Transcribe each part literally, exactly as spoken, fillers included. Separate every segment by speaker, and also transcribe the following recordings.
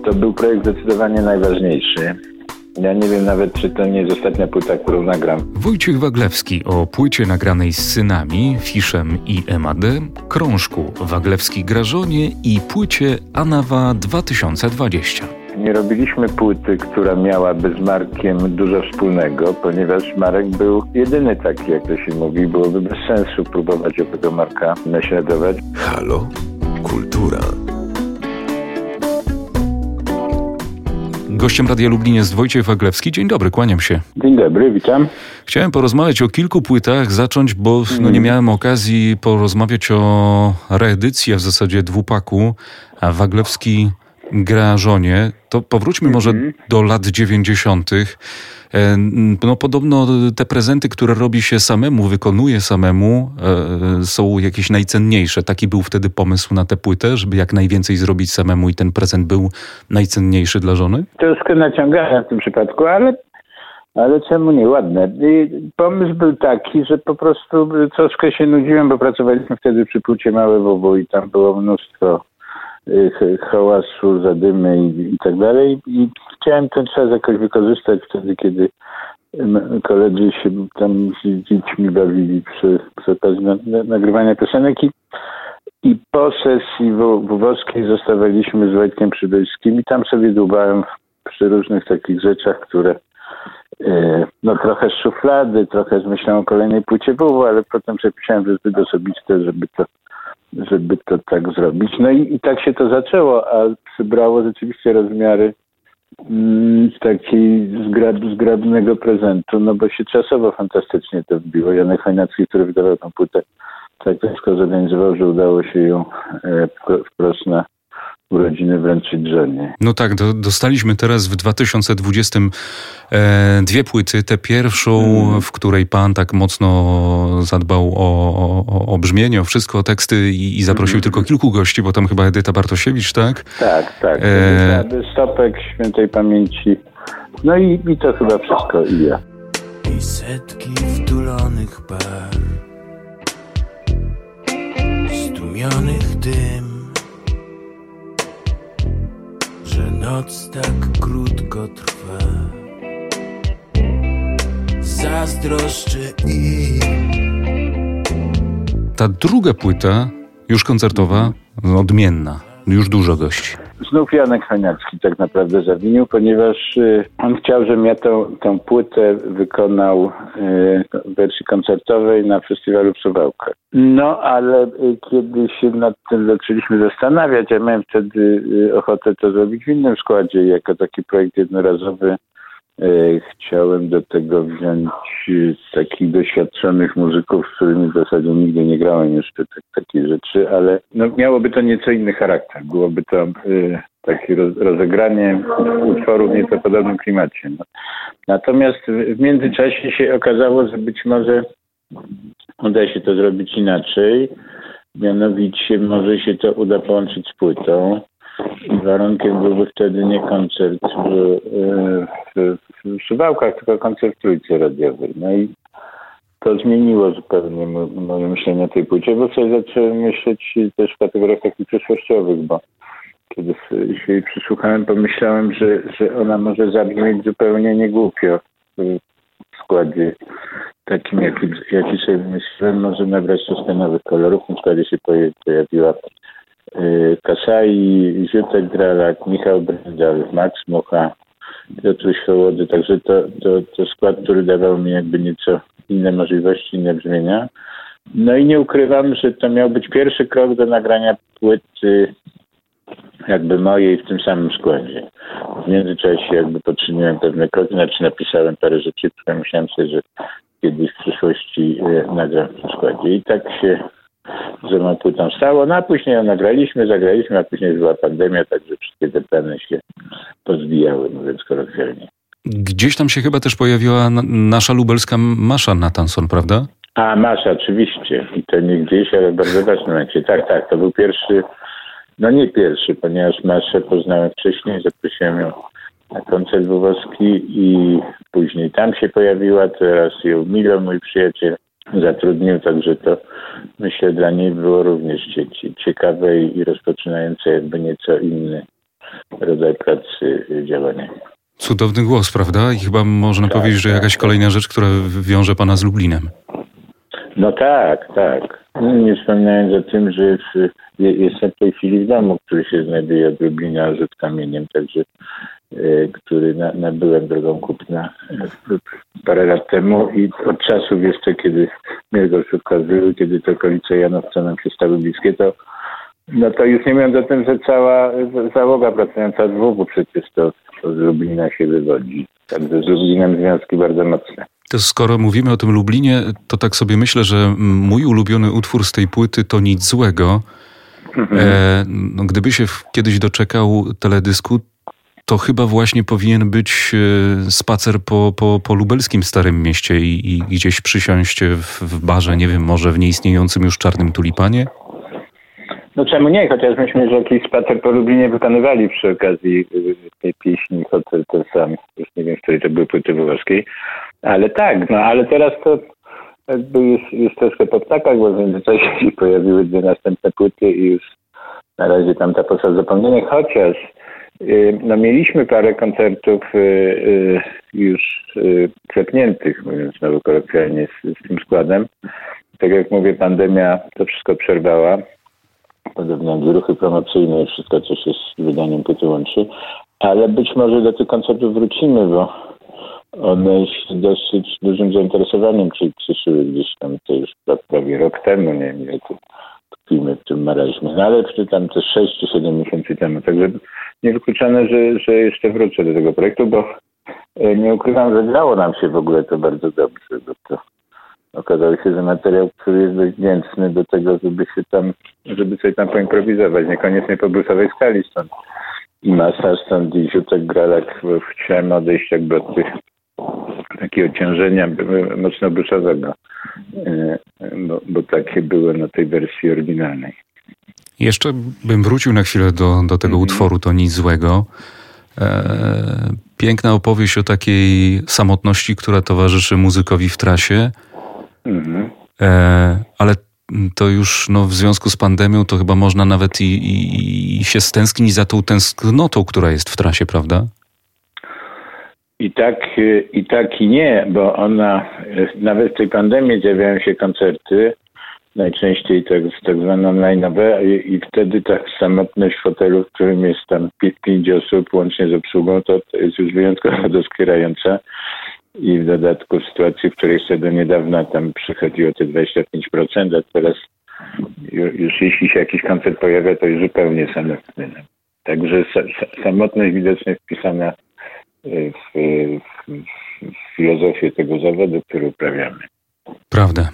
Speaker 1: To był projekt zdecydowanie najważniejszy. Ja nie wiem nawet, czy to nie jest ostatnia płyta, którą nagram.
Speaker 2: Wojciech Waglewski o płycie nagranej z synami, Fiszem i M A D, krążku Waglewski Grażonie i płycie Anawa dwa tysiące dwadzieścia.
Speaker 1: Nie robiliśmy płyty, która miałaby z Markiem dużo wspólnego, ponieważ Marek był jedyny taki, jak to się mówi. Byłoby bez sensu próbować owego Marka naśladować.
Speaker 3: Halo? Kultura.
Speaker 2: Gościem Radia Lublin jest Wojciech Waglewski. Dzień dobry, kłaniam się.
Speaker 1: Dzień dobry, witam.
Speaker 2: Chciałem porozmawiać o kilku płytach, zacząć, bo no, nie miałem okazji porozmawiać o reedycji, a w zasadzie dwupaku, a Waglewski Grażonie. To powróćmy może do lat dziewięćdziesiątych. No podobno te prezenty, które robi się samemu, wykonuje samemu, są jakieś najcenniejsze. Taki był wtedy pomysł na tę płytę, żeby jak najwięcej zrobić samemu i ten prezent był najcenniejszy dla żony?
Speaker 1: Troszkę naciągałem w tym przypadku, ale, ale czemu nie? Ładne. I pomysł był taki, że po prostu troszkę się nudziłem, bo pracowaliśmy wtedy przy płycie Małe W W i tam było mnóstwo hałasu, zadymy i, i tak dalej. I chciałem ten czas jakoś wykorzystać wtedy, kiedy koledzy się tam z dziećmi bawili przy, przy okazji na, na, nagrywania piosenek. I, i po sesji wuwowskiej zostawaliśmy z Wojtkiem Przybylskim i tam sobie dłubałem przy różnych takich rzeczach, które e, no trochę z szuflady, trochę z myślą o kolejnej płycie W W, ale potem przepisałem, że zbyt osobiste, żeby to żeby to tak zrobić. No i, i tak się to zaczęło, a przybrało rzeczywiście rozmiary mm, takiej zgrab, zgrabnego prezentu, no bo się czasowo fantastycznie to wbiło. Janek Chojnacki, który wydawał tę płytę, tak wszystko zorganizował, że udało się ją e, wprost na urodziny wręczyć żonie.
Speaker 2: No tak, do, dostaliśmy teraz w dwa tysiące dwudziestym e, dwie płyty. Tę pierwszą, mm. w której pan tak mocno zadbał o, o, o brzmienie, o wszystko, o teksty i, i zaprosił mm. tylko kilku gości, bo tam chyba Edyta Bartosiewicz, tak?
Speaker 1: Tak, tak. E... Stopek, świętej pamięci. No i, i to chyba wszystko i ja.
Speaker 4: I setki wtulonych par, stłumionych dym, że noc tak krótko trwa, zazdroszczę im.
Speaker 2: Ta druga płyta, już koncertowa, odmienna, już dużo gości.
Speaker 1: Znów Janek Chojnacki tak naprawdę zawinił, ponieważ y, on chciał, żebym ja tą, tą płytę wykonał y, w wersji koncertowej na festiwalu w Suwałkach. No, ale y, kiedy się nad tym zaczęliśmy zastanawiać, ja miałem wtedy y, ochotę to zrobić w innym składzie, jako taki projekt jednorazowy. Y, chciałem do tego wziąć y, takich doświadczonych muzyków, z którymi w zasadzie nigdy nie grałem jeszcze tak, takie rzeczy, ale no, miałoby to nieco inny charakter. Byłoby to y, takie roz, rozegranie utworu w nieco podobnym klimacie. No. Natomiast w, w międzyczasie się okazało, że być może uda się to zrobić inaczej. Mianowicie może się to uda połączyć z płytą. Warunkiem byłby wtedy nie koncert w, w, w Suwałkach, tylko koncert w Trójce Radiowej. No i to zmieniło zupełnie moje myślenie o tej płycie, bo sobie zacząłem myśleć też w kategoriach takich przyszłościowych, bo kiedy się jej przysłuchałem, pomyślałem, że, że ona może zabrzmieć zupełnie niegłupio w składzie takim, jaki, jaki sobie wymyśliłem. Może nabrać troszkę nowych kolorów. W tym składzie się pojawiła Kasai, Ziutek Dralak, Michał Brendal, Max Mucha, Piotruś Hołody. Także to, to, to skład, który dawał mi jakby nieco inne możliwości, inne brzmienia. No i nie ukrywam, że to miał być pierwszy krok do nagrania płyty jakby mojej w tym samym składzie. W międzyczasie jakby poczyniłem pewne kroki, znaczy napisałem parę rzeczy, które myślałem sobie, że kiedyś w przyszłości nagram w tym składzie. I tak się że ma płytą stało, no a później ją nagraliśmy, zagraliśmy, a później była pandemia, także wszystkie te plany się pozbijały, mówiąc kolokwialnie.
Speaker 2: Gdzieś tam się chyba też pojawiła nasza lubelska Masza Nathanson, prawda?
Speaker 1: A, Masza, oczywiście. I to nie gdzieś, ale w bardzo ważnym momencie. Tak, tak, to był pierwszy, no nie pierwszy, ponieważ Maszę poznałem wcześniej, zaprosiłem ją na koncert wuwowski i później tam się pojawiła, teraz ją Milo, mój przyjaciel, zatrudnił, także to myślę dla niej było również ciekawe i rozpoczynające jakby nieco inny rodzaj pracy działania.
Speaker 2: Cudowny głos, prawda? I chyba można
Speaker 1: tak,
Speaker 2: powiedzieć, że
Speaker 1: tak,
Speaker 2: jakaś
Speaker 1: tak.
Speaker 2: kolejna rzecz, która wiąże pana z Lublinem.
Speaker 1: No tak, tak. Nie wspominając o tym, że jest, jestem w tej chwili w domu, który się znajduje od Lublina rzut kamieniem, także y, który na, nabyłem drogą kupna y, parę lat temu i od czasów jeszcze, kiedy Miergorszówka żyły, kiedy te okolice Janowca nam się stały bliskie, to no to już nie mówiąc o tym, że cała załoga pracująca z W W przecież to, to z Lublina się wywodzi. Także z Lublinem związki bardzo mocne.
Speaker 2: To skoro mówimy o tym Lublinie, to tak sobie myślę, że mój ulubiony utwór z tej płyty to Nic złego. Mhm. E, no, gdyby się kiedyś doczekał teledysku, to chyba właśnie powinien być spacer po, po, po lubelskim Starym Mieście i, i gdzieś przysiąść w, w barze, nie wiem, może w nieistniejącym już Czarnym Tulipanie?
Speaker 1: No czemu nie? Chociaż myśmy, że jakiś spacer po Lublinie wykonywali przy okazji tej pieśni Hotel ten sam. Już nie wiem, z której to były płyty wołowskiej. Ale tak, no ale teraz to jakby już, już troszkę po ptakach, bo w międzyczasie się pojawiły dwie następne płyty i już na razie tam ta postać zapomnienia. Chociaż yy, no mieliśmy parę koncertów yy, yy, już yy, klepniętych, mówiąc znowu kolokwialnie, z, z tym składem. Tak jak mówię, pandemia to wszystko przerwała. Podobnie jak i ruchy promocyjne i wszystko, co się z wydaniem płyty łączy. Ale być może do tych koncertów wrócimy, bo one się dosyć dużym zainteresowaniem cieszyły gdzieś tam to już prawie rok temu, nie wiem ile tu tkwimy w tym marazmie. No ale czy tam też sześć czy siedem miesięcy temu. Także niewykluczone, że, że jeszcze wrócę do tego projektu, bo nie ukrywam, że grało nam się w ogóle to bardzo dobrze, bo to okazało się, że materiał, który jest dość wdzięczny do tego, żeby się tam, żeby sobie tam poimprowizować, niekoniecznie po bluesowej skali, stąd i masaż, stąd i Ziutek Gralak chciałem odejść jakby od tych takiego ciężenia mocno bluesowego, bo, bo takie było na tej wersji oryginalnej.
Speaker 2: Jeszcze bym wrócił na chwilę do, do tego mm-hmm. utworu, to Nic złego. E, piękna opowieść o takiej samotności, która towarzyszy muzykowi w trasie. Mhm. E, ale to już no, w związku z pandemią to chyba można nawet i, i, i się stęsknić za tą tęsknotą, która jest w trasie, prawda?
Speaker 1: I tak, i tak i nie, bo ona, nawet w tej pandemii zjawiają się koncerty, najczęściej tak, tak zwane online'owe i, i wtedy ta samotność w fotelu, w którym jest tam pięć osób łącznie z obsługą, to, to jest już wyjątkowo doskwierające. I w dodatku w sytuacji, w której jeszcze do niedawna tam przychodziło te dwadzieścia pięć procent, a teraz już jeśli się jakiś koncert pojawia, to już zupełnie samotny. Także sa- samotność widocznie wpisana w, w, w filozofię tego zawodu, który uprawiamy.
Speaker 2: Prawda.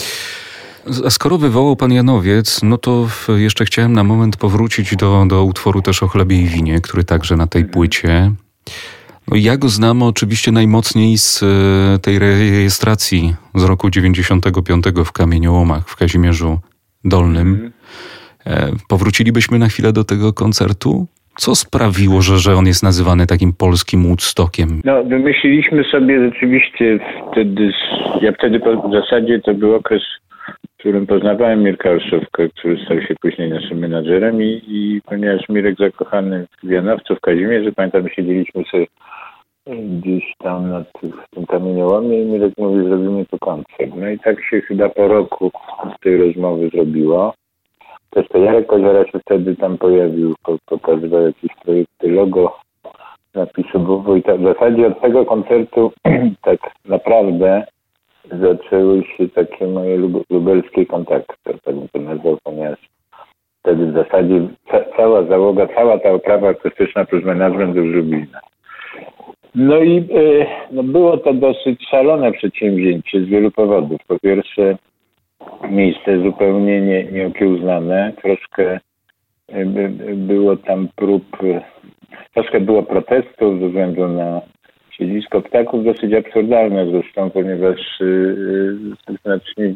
Speaker 2: A skoro wywołał pan Janowiec, no to jeszcze chciałem na moment powrócić do, do utworu też o chlebie i winie, który także na tej płycie. No ja go znam oczywiście najmocniej z tej rejestracji z roku dziewięćdziesiątego piątego w Kamieniołomach w Kazimierzu Dolnym. Powrócilibyśmy na chwilę do tego koncertu? Co sprawiło, że, że on jest nazywany takim polskim Woodstockiem?
Speaker 1: No, wymyśliliśmy sobie rzeczywiście wtedy, ja wtedy w zasadzie to był okres, w którym poznawałem Mirka Olszówkę, który stał się później naszym menadżerem i, i ponieważ Mirek zakochany w Janowcu, w Kazimierzu, pamiętam, siedzieliśmy sobie gdzieś tam na tym kamieniołomie i Mirek mówi, zrobimy tu koncert. No i tak się chyba po roku tej rozmowy zrobiło. Też to Jarek Koziora się wtedy tam pojawił, pokazywał jakieś projekty, logo, napisu W W i tak w zasadzie od tego koncertu tak naprawdę zaczęły się takie moje lub- lubelskie kontakty, tak bym to nazwał, ponieważ wtedy w zasadzie ca- cała załoga, cała ta oprawa artystyczna plus management był z Lublina. No i y, no było to dosyć szalone przedsięwzięcie z wielu powodów. Po pierwsze, miejsce zupełnie nie, nieokiełznane, troszkę y, by, było tam prób, y, troszkę było protestów ze względu na siedzisko ptaków, dosyć absurdalne zresztą, ponieważ y, y, znacznie,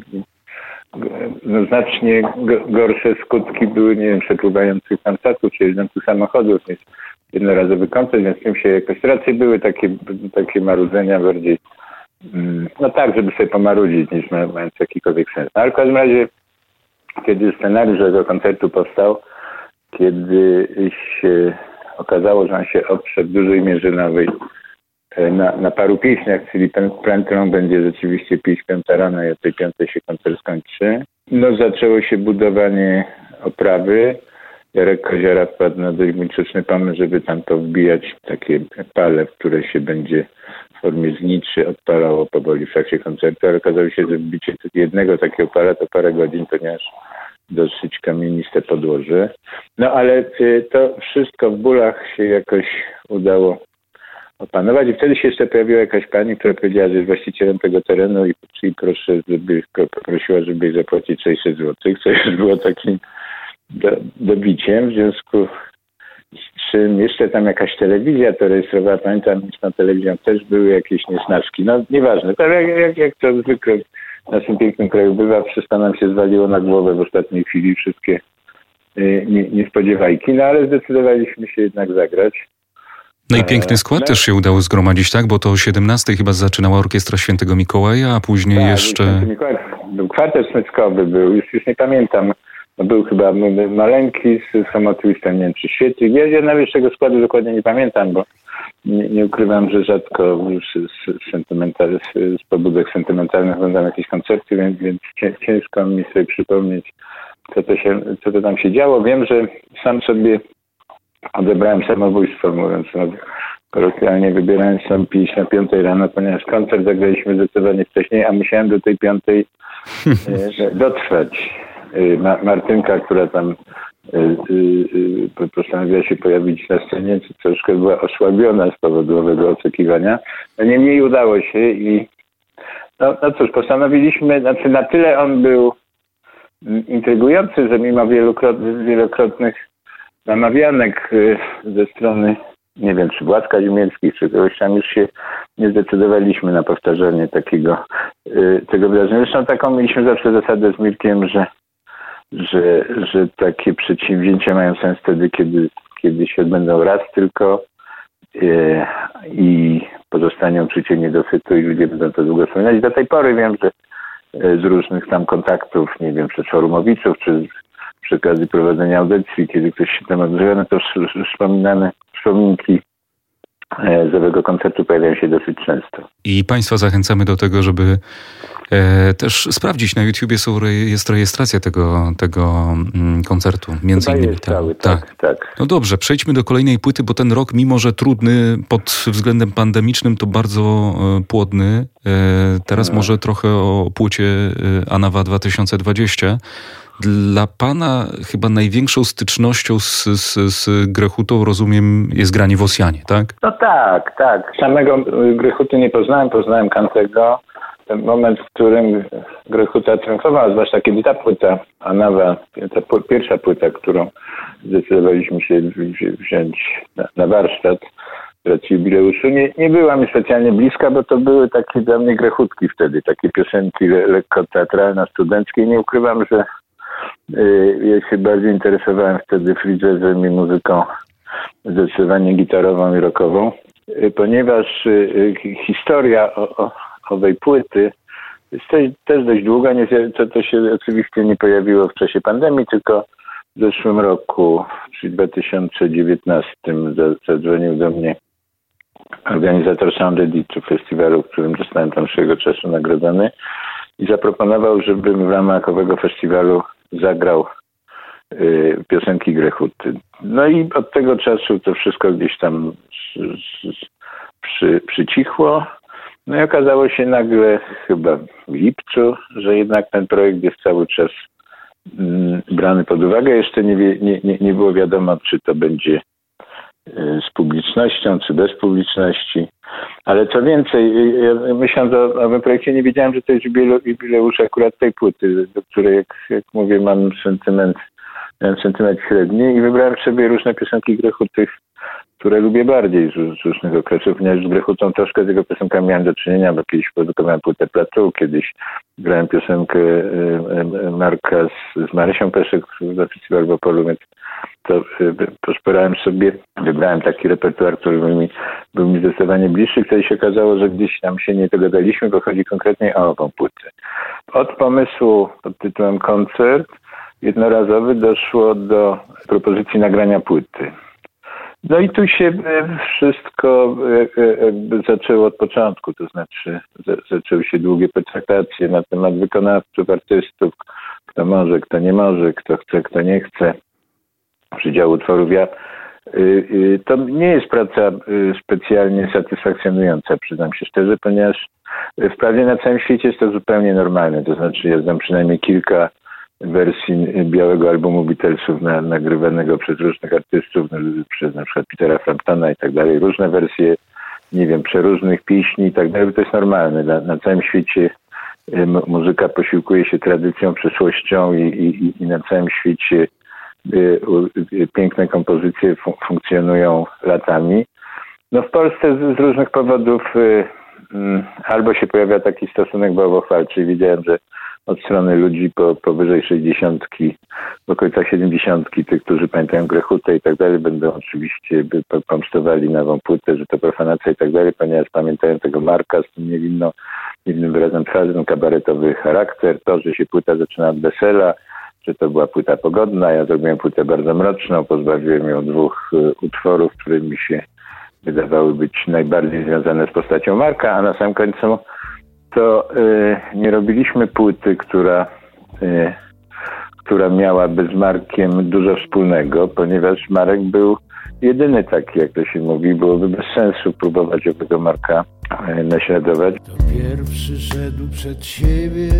Speaker 1: no, znacznie gorsze skutki były, nie wiem, przepływających tam statków czy jeżdżących samochodów niż jednorazowy koncert, więc w tym się jakoś racje były takie, takie marudzenia bardziej, no tak, żeby sobie pomarudzić, niż mając jakikolwiek sens. No, ale w każdym razie, kiedy scenariusz tego koncertu powstał, kiedy się okazało, że on się oprze w dużej mierze nowej na, na paru pieśniach, czyli ten plan, którą będzie rzeczywiście pieśń piąta rano i o tej piątej się koncert skończy. No zaczęło się budowanie oprawy. Jarek Koziara wpadł na dość milczeczny pomysł, żeby tam to wbijać takie pale, w które się będzie w formie zniczy odpalało powoli w trakcie koncertu, ale okazało się, że wbicie jednego takiego pala to parę godzin, ponieważ dosyć kamieniste podłoże. No ale to wszystko w bólach się jakoś udało opanować i wtedy się jeszcze pojawiła jakaś pani, która powiedziała, że jest właścicielem tego terenu i, i proszę, żeby poprosiła, żeby jej zapłacić sześćset złotych, co już było takim do, dobiciem, w związku z czym jeszcze tam jakaś telewizja to rejestrowała, pamiętam, że na telewizją też były jakieś niesnaczki, no nieważne, tak jak, jak, jak to zwykle w naszym pięknym kraju bywa, wszystko nam się zwaliło na głowę w ostatniej chwili, wszystkie y, nie, niespodziewajki, no ale zdecydowaliśmy się jednak zagrać.
Speaker 2: No i piękny skład też się udało zgromadzić, tak? Bo to o siedemnastej chyba zaczynała Orkiestra Świętego Mikołaja, a później
Speaker 1: tak,
Speaker 2: jeszcze...
Speaker 1: Święty Mikołaj, był kwartet smyczkowy, był, już, już nie pamiętam, no był chyba maleńki z samotuistą, nie wiem czy świetny. Ja, ja nawet tego składu dokładnie nie pamiętam, bo nie, nie ukrywam, że rzadko z, z, sentymental, z, z pobudek sentymentalnych oglądam jakieś koncerty, więc, więc ciężko mi sobie przypomnieć, co to, się, co to tam się działo. Wiem, że sam sobie odebrałem samobójstwo, mówiąc no, kolokwialnie, wybierając sam pięć na piątej rano, ponieważ koncert zagraliśmy zdecydowanie wcześniej, a musiałem do tej piątej e, dotrwać. E, Ma, Martynka, która tam e, e, postanowiła się pojawić na scenie, troszkę była osłabiona z powodu owego oczekiwania. No niemniej udało się i no, no cóż, postanowiliśmy, znaczy na tyle on był intrygujący, że mimo wielokrotnych, wielokrotnych namawianek ze strony, nie wiem, czy władz kazimierskich, czy kogoś tam, już się nie zdecydowaliśmy na powtarzanie takiego tego wydarzenia. Zresztą taką mieliśmy zawsze zasadę z Mirkiem, że, że, że takie przedsięwzięcia mają sens wtedy, kiedy, kiedy się odbędą raz tylko yy, i pozostanie uczucie niedosytu i ludzie będą to długo wspominać. Do tej pory wiem, że z różnych tam kontaktów, nie wiem, przez forumowiczów, czy przy okazji prowadzenia audycji, kiedy ktoś się tam odżywa, no to wspominane wspominki z owego koncertu pojawiają się dosyć często.
Speaker 2: I Państwa zachęcamy do tego, żeby e, też sprawdzić. Na YouTubie są, jest rejestracja tego, tego mm, koncertu. Między
Speaker 1: Chyba
Speaker 2: innymi
Speaker 1: jest cały, tak, tak, tak.
Speaker 2: No dobrze, przejdźmy do kolejnej płyty, bo ten rok, mimo że trudny pod względem pandemicznym, to bardzo e, płodny. E, teraz no. Może trochę o płycie e, Anawa dwa tysiące dwadzieścia. Dla Pana chyba największą stycznością z, z, z Grechutą, rozumiem, jest granie w Osjanie, tak?
Speaker 1: No tak, tak. Samego Grechuty nie poznałem, poznałem Kantego. Ten moment, w którym Grechuta triumfowała, zwłaszcza kiedy ta płyta, Anawa, ta pierwsza płyta, którą zdecydowaliśmy się wziąć na, na warsztat w racji jubileuszu, nie, nie była mi specjalnie bliska, bo to były takie dla mnie Grechutki wtedy, takie piosenki lekko teatralno-studenckie. Nie ukrywam, że ja się bardziej interesowałem wtedy free jazzem i muzyką zdecydowanie gitarową i rockową, ponieważ historia o, o, owej płyty jest też dość długa. Nie, to, to się oczywiście nie pojawiło w czasie pandemii, tylko w zeszłym roku, czyli dwa tysiące dziewiętnastym, zadzwonił do mnie organizator Sound Editu festiwalu, w którym zostałem tam swego czasu nagrodzony i zaproponował, żebym w ramach owego festiwalu zagrał y, piosenki Grechuty. No i od tego czasu to wszystko gdzieś tam z, z, przy, przycichło. No i okazało się nagle chyba w lipcu, że jednak ten projekt jest cały czas mm, brany pod uwagę. Jeszcze nie, nie, nie, nie było wiadomo, czy to będzie y, z publicznością, czy bez publiczności. Ale co więcej, ja myśląc o owym projekcie, nie wiedziałem, że to jest jubileusz akurat tej płyty, do której, jak, jak mówię, mam sentyment, miałem sentyment średni i wybrałem sobie różne piosenki Grechutych, które lubię bardziej z, z różnych okresów, ponieważ z Grechutą troszkę z jego piosenkami miałem do czynienia, bo kiedyś produkowałem płytę Plateau, kiedyś grałem piosenkę Marka z, z Marysią Peszek na festiwalu w Opolu, więc to poszperałem sobie, wybrałem taki repertuar, który był mi, był mi zdecydowanie bliższy. Wtedy się okazało, że gdzieś tam się nie dogadaliśmy, bo chodzi konkretnie o ową płytę. Od pomysłu pod tytułem koncert jednorazowy doszło do propozycji nagrania płyty. No i tu się wszystko zaczęło od początku, to znaczy zaczęły się długie pertraktacje na temat wykonawców, artystów, kto może, kto nie może, kto chce, kto nie chce, przydziału utworów. Ja, to nie jest praca specjalnie satysfakcjonująca, przyznam się szczerze, ponieważ wprawdzie na całym świecie jest to zupełnie normalne, to znaczy ja znam przynajmniej kilka wersji białego albumu Beatlesów na, nagrywanego przez różnych artystów, przez na przykład Petera Framptona i tak dalej, różne wersje, nie wiem, przeróżnych pieśni i tak dalej, to jest normalne. Na, na całym świecie m- muzyka posiłkuje się tradycją, przeszłością i, i, i na całym świecie y, y, piękne kompozycje fun- funkcjonują latami. No w Polsce z, z różnych powodów y, y, albo się pojawia taki stosunek bałwochwalczy. Widziałem, że od strony ludzi po, powyżej sześćdziesiątki, w okolicach siedemdziesiątki, tych, którzy pamiętają Grechutę i tak dalej, będą oczywiście pomstowali nową płytę, że to profanacja i tak dalej, ponieważ pamiętają tego Marka z tym niewinno, niewinnym wyrazem twarzy, ten kabaretowy charakter, to, że się płyta zaczyna od wesela, że to była płyta pogodna. Ja zrobiłem płytę bardzo mroczną, pozbawiłem ją dwóch y, utworów, które mi się wydawały być najbardziej związane z postacią Marka, a na samym końcu to y, nie robiliśmy płyty, która, y, która miałaby z Markiem dużo wspólnego, ponieważ Marek był jedyny taki, jak to się mówi. Byłoby bez sensu próbować owego Marka y, naśladować.
Speaker 4: Kto pierwszy szedł przed siebie,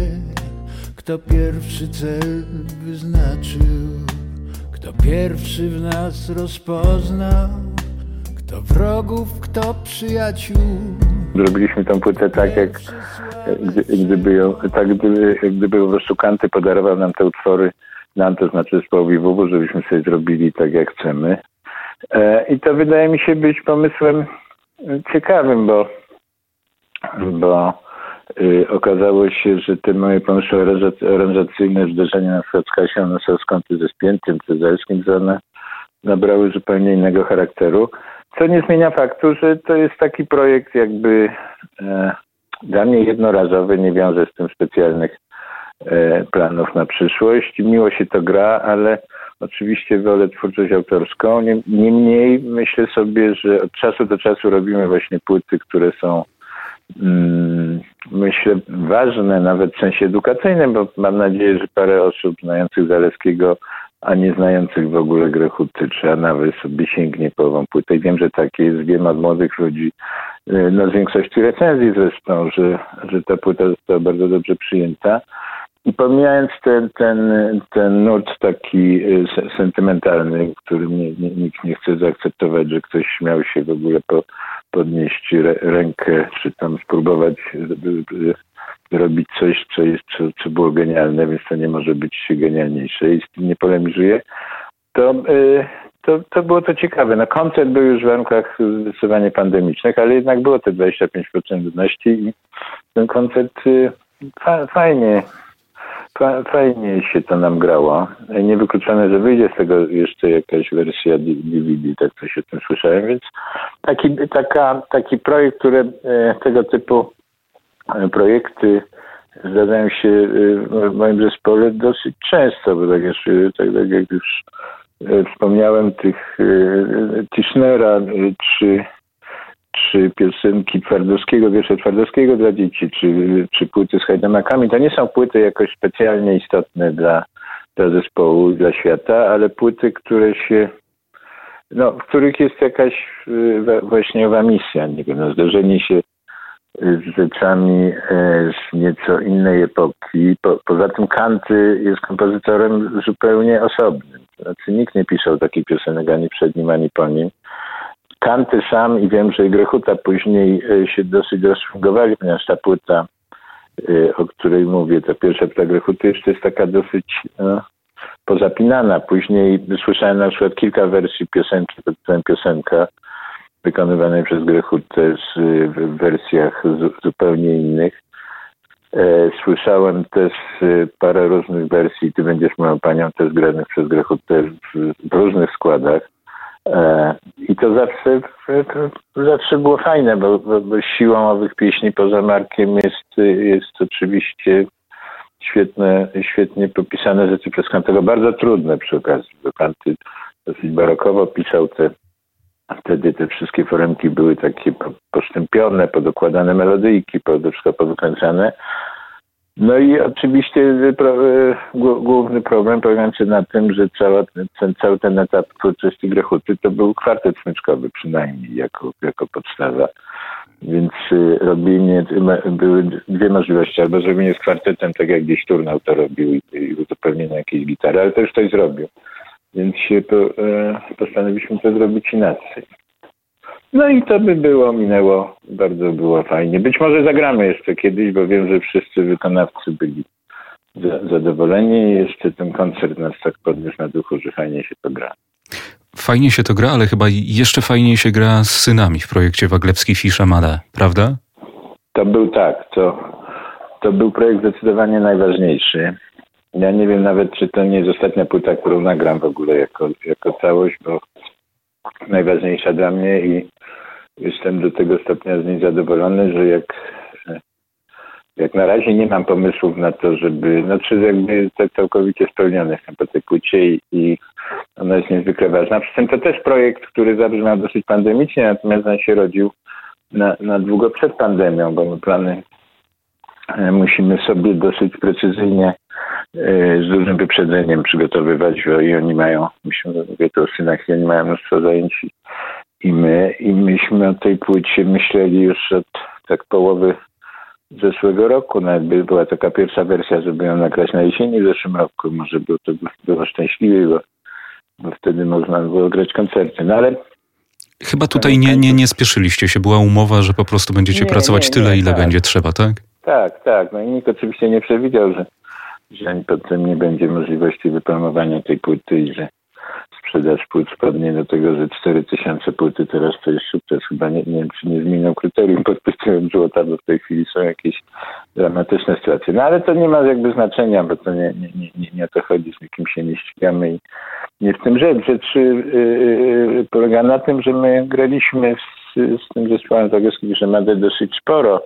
Speaker 4: kto pierwszy cel wyznaczył, kto pierwszy w nas rozpoznał, kto wrogów, kto przyjaciół.
Speaker 1: Zrobiliśmy tę płytę tak, jak gdy, gdyby ją, tak gdyby, gdyby po prostu Kanty podarował nam te utwory, nam to znaczy zespołowi W W, żebyśmy sobie zrobili tak, jak chcemy. E, I to wydaje mi się być pomysłem ciekawym, bo, bo y, okazało się, że te moje pomysły aranżacyjne, zderzenia na przykład z Kasią Nosowską, czy ze Spiętym, czy z Zaleskim, że one nabrały zupełnie innego charakteru. Co nie zmienia faktu, że to jest taki projekt jakby e, dla mnie jednorazowy, nie wiąże z tym specjalnych e, planów na przyszłość. Miło się to gra, ale oczywiście wolę twórczość autorską. Niemniej myślę sobie, że od czasu do czasu robimy właśnie płyty, które są mm, myślę ważne nawet w sensie edukacyjnym, bo mam nadzieję, że parę osób znających Zaleskiego, a nie znających w ogóle Grechuty, czy a nawet sobie sięgnie po ową płytę. I wiem, że tak jest. Wiem od młodych ludzi, no z większości recenzji zresztą, że, że ta płyta została bardzo dobrze przyjęta. I pomijając ten, ten, ten nurt taki sentymentalny, w którym nie, nie, nikt nie chce zaakceptować, że ktoś śmiał się w ogóle po, podnieść re, rękę, czy tam spróbować robić coś, co, jest, co, co było genialne, więc to nie może być genialniejsze i z tym nie polemizuję, to, yy, to, to było to ciekawe. No koncert był już w warunkach zdecydowanie pandemicznych, ale jednak było te dwadzieścia pięć procent ludności i ten koncert yy, fa, fajnie, fa, fajnie się to nam grało. Niewykluczone, że wyjdzie z tego jeszcze jakaś wersja D V D, tak coś o tym słyszałem, więc taki, taka, taki projekt, który yy, tego typu projekty zdarzają się w moim zespole dosyć często, bo tak, jeszcze, tak, tak jak już wspomniałem, tych Tischnera, czy, czy piosenki Twardowskiego, wiersze Twardowskiego dla dzieci, czy, czy płyty z Hajdamakami, to nie są płyty jakoś specjalnie istotne dla, dla zespołu, dla świata, ale płyty, które się, no, w których jest jakaś właśnie owa misja, nie wiem, no, zdarzenie się z rzeczami z nieco innej epoki. Po, poza tym Kanty jest kompozytorem zupełnie osobnym. Znaczy nikt nie pisał takich piosenek ani przed nim, ani po nim. Kanty sam i wiem, że i Grechuta później się dosyć rozszwingowali, ponieważ ta płyta, o której mówię, ta pierwsza płyta Grechuty jeszcze jest taka dosyć no, pozapinana. Później słyszałem na przykład kilka wersji piosenki, pod tytułem Piosenka, wykonywanej przez Grechutę w wersjach zupełnie innych. Słyszałem też parę różnych wersji, Ty będziesz moją panią, też granych przez Grechutę w, w różnych składach. I to zawsze, to zawsze było fajne, bo, bo, bo siłą owych pieśni poza Markiem jest, jest oczywiście świetne, świetnie popisane rzeczy przez Kantego, bardzo trudne przy okazji, bo Kanty dosyć barokowo pisał te Wtedy te wszystkie foremki były takie poszczępione, podokładane melodyjki, to wszystko powykręcane. No i oczywiście główny problem polegający na tym, że cała, ten, cały ten etap twórczości Grechuty to był kwartet smyczkowy przynajmniej jako, jako podstawa. Więc robienie, były dwie możliwości. Albo zrobienie z kwartetem, tak jak gdzieś Turnał to robił i, i uzupełnienie jakiejś gitary, ale to już ktoś zrobił. Więc się to, e, postanowiliśmy to zrobić inaczej. No i to by było, minęło, bardzo było fajnie. Być może zagramy jeszcze kiedyś, bo wiem, że wszyscy wykonawcy byli za, zadowoleni i jeszcze ten koncert nas tak podniósł na duchu, że fajnie się to gra.
Speaker 2: Fajnie się to gra, ale chyba jeszcze fajniej się gra z synami w projekcie Waglewski Fisza Mada, prawda?
Speaker 1: To był tak, to, to był projekt zdecydowanie najważniejszy. Ja nie wiem nawet, czy to nie jest ostatnia płyta, którą nagram w ogóle jako, jako całość, bo najważniejsza dla mnie i jestem do tego stopnia z niej zadowolony, że jak, jak na razie nie mam pomysłów na to, żeby, no czy jakby tak całkowicie spełniony jestem po tej płycie i, i ona jest niezwykle ważna. Przy tym to też projekt, który zabrzmiał dosyć pandemicznie, natomiast on się rodził na, na długo przed pandemią, bo my plany musimy sobie dosyć precyzyjnie z dużym wyprzedzeniem przygotowywać i oni mają, myślę, że mówię tu o synach, i oni mają mnóstwo zajęć i my. I myśmy o tej płycie myśleli już od tak połowy zeszłego roku. Nawet była taka pierwsza wersja, żeby ją nagrać na jesieni w zeszłym roku. Może było to było szczęśliwie, bo, bo wtedy można było grać koncerty. No ale
Speaker 2: chyba tutaj nie, nie, nie spieszyliście się. Była umowa, że po prostu będziecie nie, pracować nie, tyle, nie, ile tak. będzie trzeba, tak?
Speaker 1: Tak, tak. No i nikt oczywiście nie przewidział, że że potem nie będzie możliwości wypromowania tej płyty i że sprzedaż płyt spadnie do tego, że cztery tysiące płyty teraz to jest sukces. Chyba nie, nie wiem, czy nie zmienią kryterium pod tytułem złota, bo w tej chwili są jakieś dramatyczne sytuacje. No ale to nie ma jakby znaczenia, bo to nie, nie, nie, nie o to chodzi, z nikim się nie ścigamy i nie w tym rzecz. Rzecz yy, yy, polega na tym, że my graliśmy z, z tym zespołem Waglewski Fisza Mada dosyć sporo.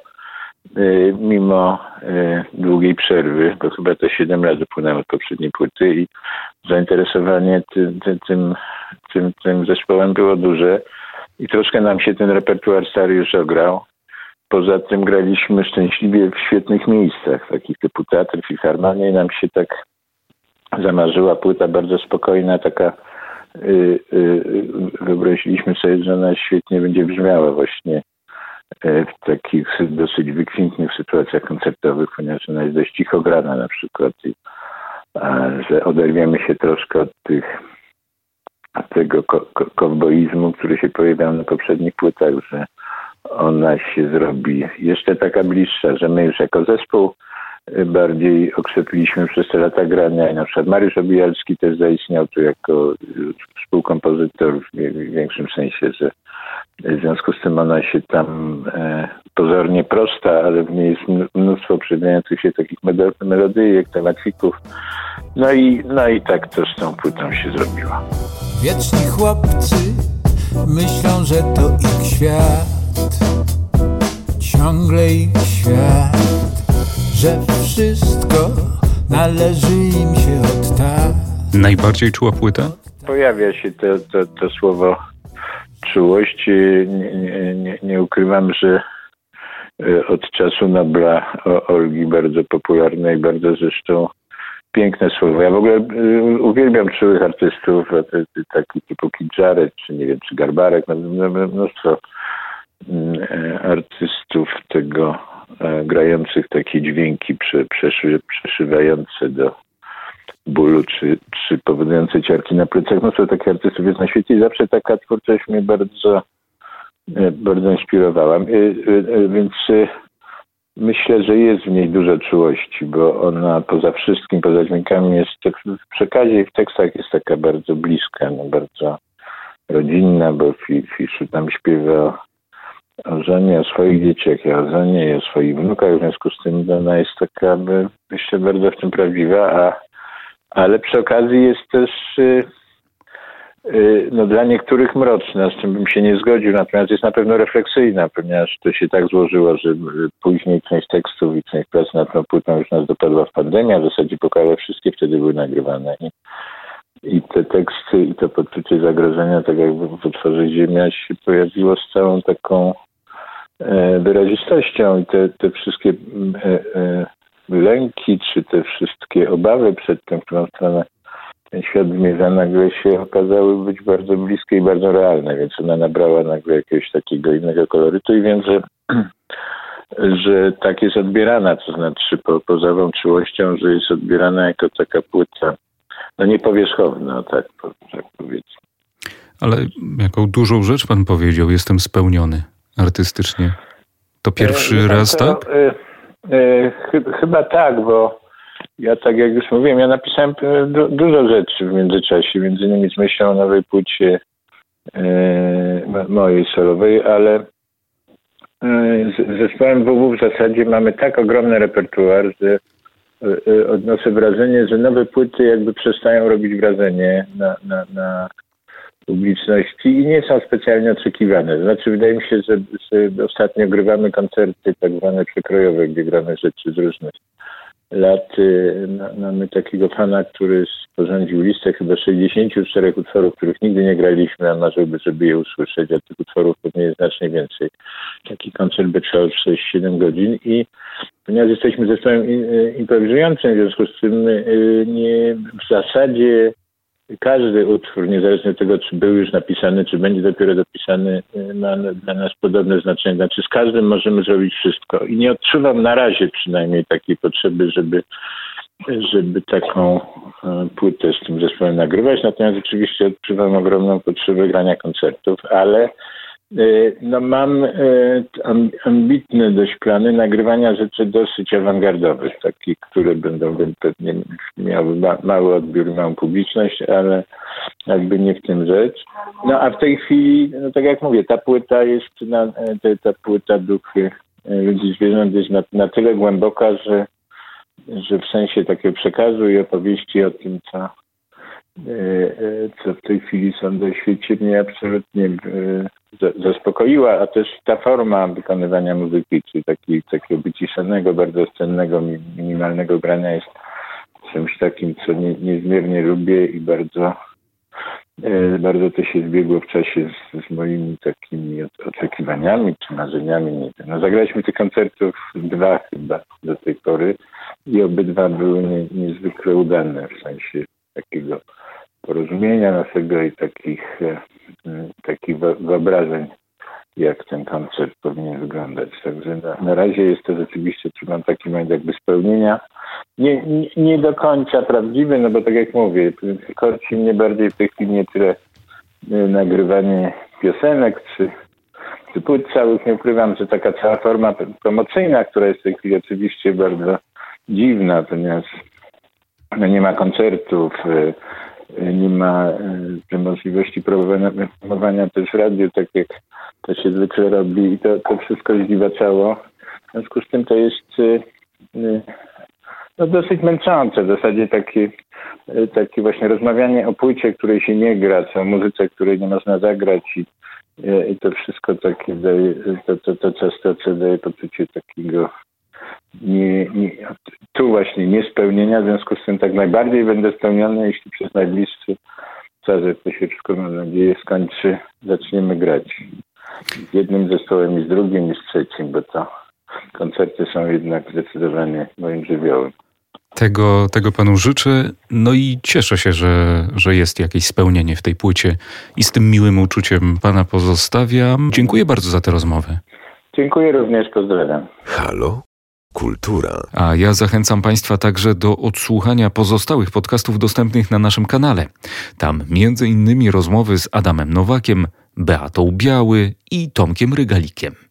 Speaker 1: Mimo y, długiej przerwy, bo chyba to siedem lat upłynęło od poprzedniej płyty i zainteresowanie ty, ty, tym, tym, tym zespołem było duże i troszkę nam się ten repertuar stary już ograł. Poza tym graliśmy szczęśliwie w świetnych miejscach, takich typu Teatr, Filharmonia i nam się tak zamarzyła płyta bardzo spokojna, taka y, y, wyobraziliśmy sobie, że ona świetnie będzie brzmiała właśnie w takich dosyć wykwintnych sytuacjach koncertowych, ponieważ ona jest dość cicho grana na przykład i a, że oderwiemy się troszkę od tych od tego ko- ko- kowboizmu, który się pojawiał na poprzednich płytach, że ona się zrobi jeszcze taka bliższa, że my już jako zespół bardziej okrzepiliśmy przez te lata grania i na przykład Mariusz Obijalski też zaistniał tu jako współkompozytor w większym sensie, że w związku z tym ona się tam e, pozornie prosta, ale w niej jest mnóstwo przewijających się takich melodyjek, tematyków. No i, no i tak to z tą płytą się zrobiło.
Speaker 4: Wieczni chłopcy myślą, że to ich świat, ciągle ich świat, że wszystko należy im się od tak.
Speaker 2: Najbardziej czuła płyta?
Speaker 1: Pojawia się to, to, to słowo czułość. Nie, nie, nie, nie ukrywam, że od czasu Nobla Olgi bardzo popularne i bardzo zresztą piękne słowo. Ja w ogóle uwielbiam czułych artystów, takich typu Kidżarek, czy nie wiem, czy Garbarek, mnóstwo artystów tego grających takie dźwięki przeszy, przeszywające do bólu, czy, czy powodujące ciarki na plecach. Mnóstwo takich artystów jest na świecie i zawsze taka twórczość mnie bardzo, bardzo inspirowała. Więc myślę, że jest w niej dużo czułości, bo ona poza wszystkim, poza dźwiękami jest w przekazie i w tekstach jest taka bardzo bliska, no bardzo rodzinna, bo Fiszu tam śpiewa o żonie, o swoich dzieciach, o żonie i o swoich wnukach, w związku z tym ona jest taka, myślę, bardzo w tym prawdziwa, a, ale przy okazji jest też y, y, no, dla niektórych mroczna, z czym bym się nie zgodził, natomiast jest na pewno refleksyjna, ponieważ to się tak złożyło, że później część tekstów i część prac nad tą płytą już nas dopadła w pandemii, a w zasadzie pokaże wszystkie wtedy były nagrywane. I, i te teksty i to poczucie zagrożenia, tak jakby w utworze Ziemia się pojawiło z całą taką e, wyrazistością i te, te wszystkie e, e, lęki, czy te wszystkie obawy przed tym, w którą stronę ten świat zmierza, nagle się okazały być bardzo bliskie i bardzo realne, więc ona nabrała nagle jakiegoś takiego innego kolorytu i wiem, że, że tak jest odbierana, to znaczy po, poza wątpliwością, że jest odbierana jako taka płyta, no niepowierzchowna, tak, tak powiedzmy.
Speaker 2: Ale jaką dużą rzecz pan powiedział, jestem spełniony artystycznie. To pierwszy e, raz, to, tak? E,
Speaker 1: e, ch- chyba tak, bo ja, tak jak już mówiłem, ja napisałem du- dużo rzeczy w międzyczasie, między innymi z myślą o nowej płycie e, mojej solowej, ale e, z, z zespołem W W w zasadzie mamy tak ogromny repertuar, że e, odnoszę wrażenie, że nowe płyty jakby przestają robić wrażenie na, na, na publiczności i nie są specjalnie oczekiwane. Znaczy wydaje mi się, że, że ostatnio grywamy koncerty tak zwane przekrojowe, gdzie gramy rzeczy z różnych lat. Mamy takiego pana, który sporządził listę chyba sześćdziesięciu czterech utworów, których nigdy nie graliśmy, a marzyłby, żeby je usłyszeć, a tych utworów pewnie jest znacznie więcej. Taki koncert by trwał sześć siedem godzin i ponieważ jesteśmy zespołem improwizującym, w związku z tym nie, w zasadzie każdy utwór, niezależnie od tego, czy był już napisany, czy będzie dopiero dopisany, ma dla nas podobne znaczenie. Znaczy z każdym możemy zrobić wszystko. I nie odczuwam na razie przynajmniej takiej potrzeby, żeby, żeby taką płytę z tym zespołem nagrywać. Natomiast oczywiście odczuwam ogromną potrzebę grania koncertów, ale no mam ambitne dość plany nagrywania rzeczy dosyć awangardowych, takich, które będą pewnie miały mały odbiór, małą publiczność, ale jakby nie w tym rzecz. No a w tej chwili, no tak jak mówię, ta płyta jest, na, ta, ta płyta Duchy Ludzi Zwierząt jest na, na tyle głęboka, że, że w sensie takiego przekazu i opowieści o tym, co co w tej chwili są na świecie, mnie absolutnie zaspokoiła, a też ta forma wykonywania muzyki, czyli taki, takiego wyciszonego, bardzo scennego, minimalnego grania jest czymś takim, co nie, niezmiernie lubię i bardzo bardzo to się zbiegło w czasie z, z moimi takimi oczekiwaniami czy marzeniami. Nie wiem. No, zagraliśmy tych koncertów dwa chyba do tej pory i obydwa były nie, niezwykle udane w sensie takiego porozumienia naszego i takich, takich wyobrażeń, jak ten koncert powinien wyglądać. Także na, na razie jest to rzeczywiście, czy mam taki moment jakby spełnienia. Nie, nie, nie do końca prawdziwy, no bo tak jak mówię, korci mnie bardziej w tej chwili nie tyle nagrywanie piosenek, czy, czy płyt całych. Nie ukrywam, że taka cała forma promocyjna, która jest w tej chwili oczywiście bardzo dziwna, ponieważ no nie ma koncertów, nie ma możliwości promowania też w radiu, tak jak to się zwykle robi i to, to wszystko zdziwaczało. W związku z tym to jest no, dosyć męczące. W zasadzie takie, takie właśnie rozmawianie o płycie, której się nie gra, czy o muzyce, której nie można zagrać i, i to wszystko takie daje, to, to, to często co daje poczucie takiego Nie, nie, tu właśnie niespełnienia, w związku z tym tak najbardziej będę spełniony, jeśli przez najbliższy czas, jak to się wszystko, mam nadzieję, skończy, zaczniemy grać. Z jednym zespołem i z drugim i z trzecim, bo to koncerty są jednak zdecydowanie moim żywiołem.
Speaker 2: Tego, tego panu życzę, no i cieszę się, że, że jest jakieś spełnienie w tej płycie i z tym miłym uczuciem pana pozostawiam. Dziękuję bardzo za tę rozmowę.
Speaker 1: Dziękuję również, pozdrawiam.
Speaker 3: Halo? Kultura.
Speaker 2: A ja zachęcam Państwa także do odsłuchania pozostałych podcastów dostępnych na naszym kanale. Tam między innymi rozmowy z Adamem Nowakiem, Beatą Biały i Tomkiem Rygalikiem.